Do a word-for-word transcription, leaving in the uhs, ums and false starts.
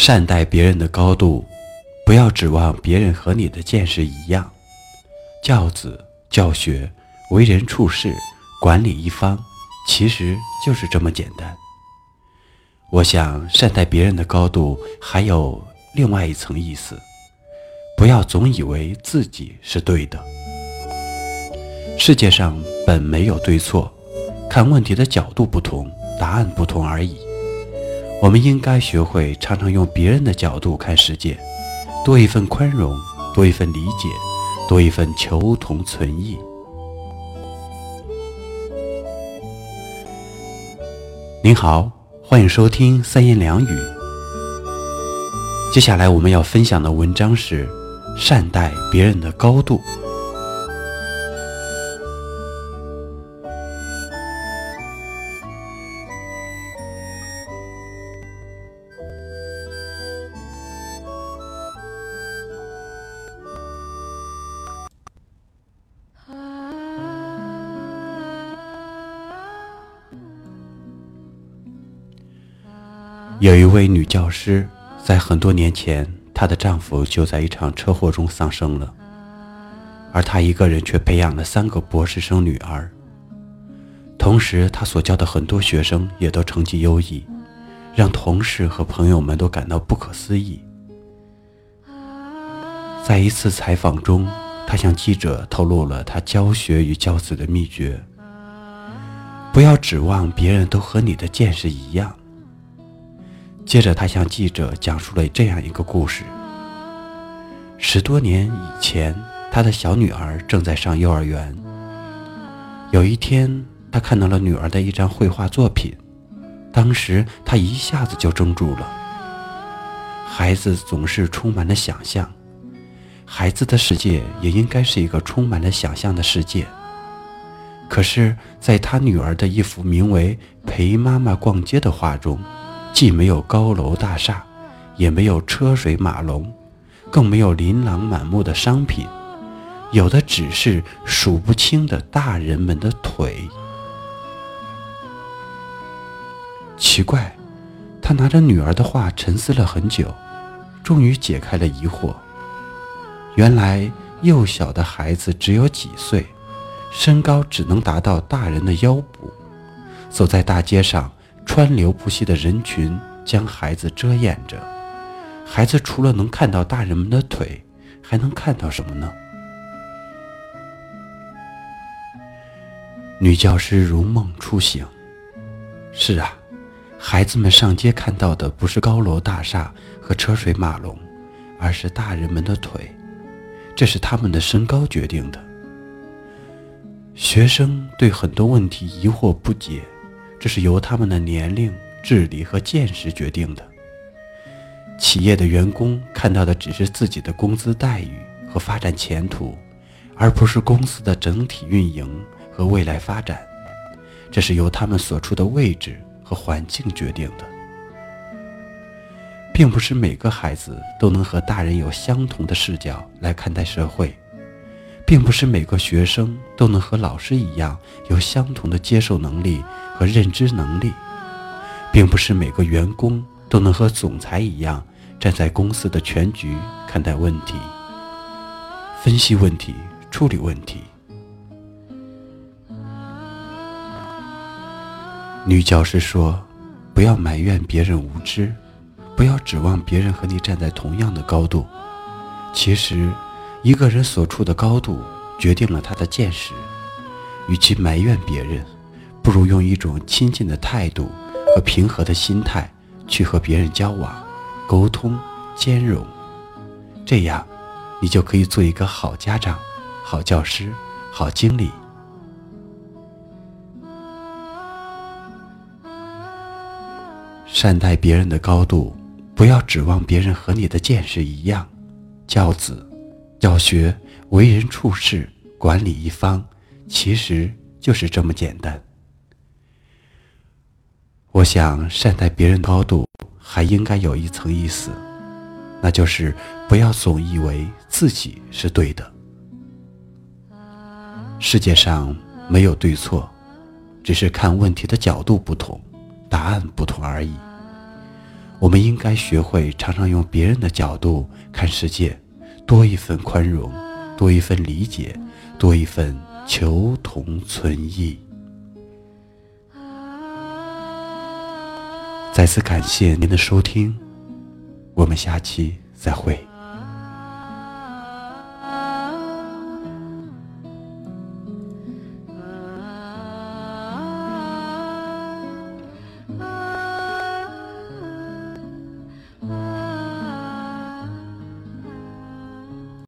善待别人的高度，不要指望别人和你的见识一样。教子、教学、为人处事、管理一方，其实就是这么简单。我想善待别人的高度还有另外一层意思，不要总以为自己是对的。世界上本没有对错，看问题的角度不同，答案不同而已。我们应该学会常常用别人的角度看世界，多一份宽容，多一份理解，多一份求同存异。您好，欢迎收听三言两语。接下来我们要分享的文章是善待别人的高度。有一位女教师，在很多年前，她的丈夫就在一场车祸中丧生了，而她一个人却培养了三个博士生女儿。同时，她所教的很多学生也都成绩优异，让同事和朋友们都感到不可思议。在一次采访中，她向记者透露了她教学与教子的秘诀：不要指望别人都和你的见识一样。接着他向记者讲述了这样一个故事。十多年以前，他的小女儿正在上幼儿园。有一天，他看到了女儿的一张绘画作品，当时他一下子就怔住了。孩子总是充满了想象，孩子的世界也应该是一个充满了想象的世界。可是在他女儿的一幅名为《陪妈妈逛街》的画中，既没有高楼大厦，也没有车水马龙，更没有琳琅满目的商品，有的只是数不清的大人们的腿。奇怪，他拿着女儿的画沉思了很久，终于解开了疑惑。原来幼小的孩子只有几岁，身高只能达到大人的腰部，走在大街上，川流不息的人群将孩子遮掩着，孩子除了能看到大人们的腿，还能看到什么呢？女教师如梦初醒。是啊，孩子们上街看到的不是高楼大厦和车水马龙，而是大人们的腿，这是他们的身高决定的。学生对很多问题疑惑不解，这是由他们的年龄、智力和见识决定的。企业的员工看到的只是自己的工资待遇和发展前途，而不是公司的整体运营和未来发展，这是由他们所处的位置和环境决定的。并不是每个孩子都能和大人有相同的视角来看待社会，并不是每个学生都能和老师一样有相同的接受能力和认知能力，并不是每个员工都能和总裁一样站在公司的全局看待问题、分析问题、处理问题。女教师说，不要埋怨别人无知，不要指望别人和你站在同样的高度。其实一个人所处的高度决定了他的见识，与其埋怨别人，不如用一种亲近的态度和平和的心态去和别人交往、沟通、兼容。这样，你就可以做一个好家长、好教师、好经理。善待别人的高度，不要指望别人和你的见识一样。教子、教学、为人处事、管理一方，其实就是这么简单。我想善待别人的高度还应该有一层意思，那就是不要总以为自己是对的。世界上没有对错，只是看问题的角度不同，答案不同而已。 我们应该学会常常用别人的角度看世界，多一份宽容，多一份理解，多一份求同存异。再次感谢您的收听，我们下期再会。